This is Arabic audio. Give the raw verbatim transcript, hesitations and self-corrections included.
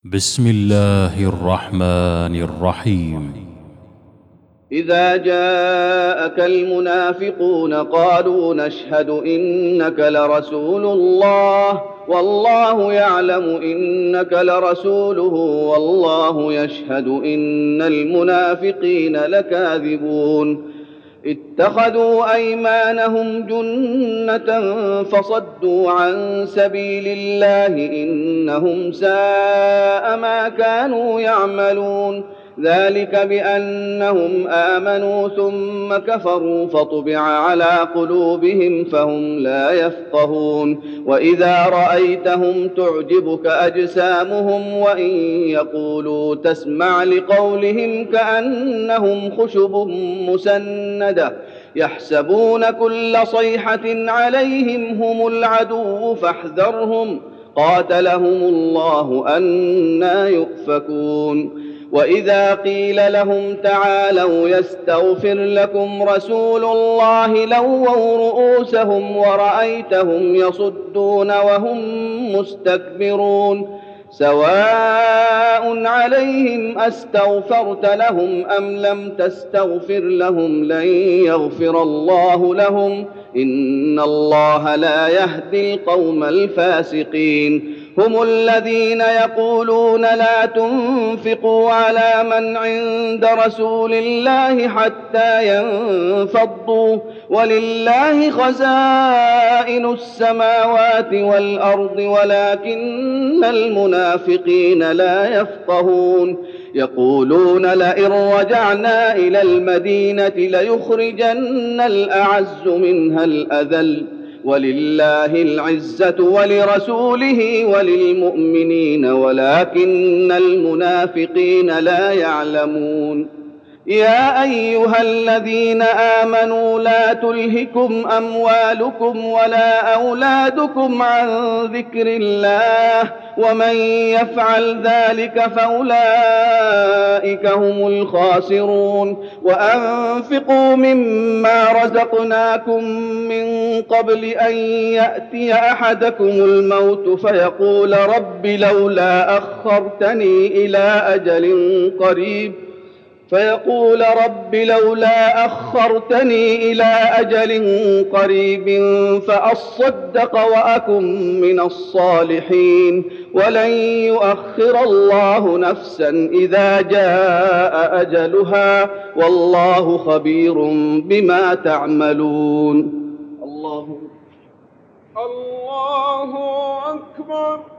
بسم الله الرحمن الرحيم. إذا جاءك المنافقون قالوا نشهد إنك لرسول الله والله يعلم إنك لرسوله والله يشهد إن المنافقين لكاذبون اتخذوا أيمانهم جنة فصدوا عن سبيل الله إنهم ساء ما كانوا يعملون ذلك بأنهم آمنوا ثم كفروا فطبع على قلوبهم فهم لا يفقهون وإذا رأيتهم تعجبك أجسامهم وإن يقولوا تسمع لقولهم كأنهم خشب مسندة يحسبون كل صيحة عليهم هم العدو فاحذرهم قاتلهم الله أنى يؤفكون وإذا قيل لهم تعالوا يستغفر لكم رسول الله لووا رؤوسهم ورأيتهم يصدون وهم مستكبرون سواء عليهم أستغفرت لهم أم لم تستغفر لهم لن يغفر الله لهم إن الله لا يهدي القوم الفاسقين هم الذين يقولون لا تنفقوا على من عند رسول الله حتى ينفضوا ولله خزائن السماوات والأرض ولكن المنافقين لا يفقهون يقولون لئن رجعنا إلى المدينة ليخرجن الأعز منها الأذل ولله العزة ولرسوله وللمؤمنين ولكن المنافقين لا يعلمون يا أيها الذين آمنوا لا تلهكم أموالكم ولا أولادكم عن ذكر الله ومن يفعل ذلك فأولئك هم الخاسرون وأنفقوا مما رزقناكم من قبل أن يأتي أحدكم الموت فيقول رب لولا أخرتني إلى أجل قريب فيقول رب لولا أخرتني إلى أجل قريب فأصدق وأكن من الصالحين ولن يؤخر الله نفسا إذا جاء أجلها والله خبير بما تعملون. الله الله أكبر.